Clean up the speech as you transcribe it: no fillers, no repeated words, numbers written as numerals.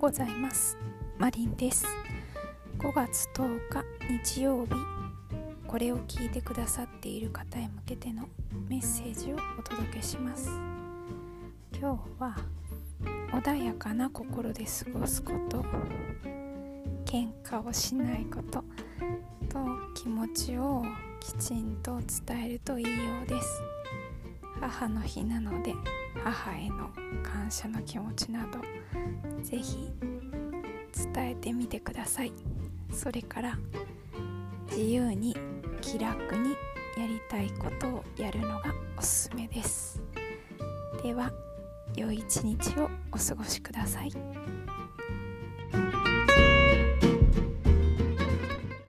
ございます。マリンです。5月10日日曜日、これを聞いてくださっている方へ向けてのメッセージをお届けします。今日は穏やかな心で過ごすこと、喧嘩をしないことと気持ちをきちんと伝えるといいようです。母の日なので、母への感謝の気持ちなどぜひ伝えてみてください。それから自由に気楽にやりたいことをやるのがおすすめです。では良い一日をお過ごしください。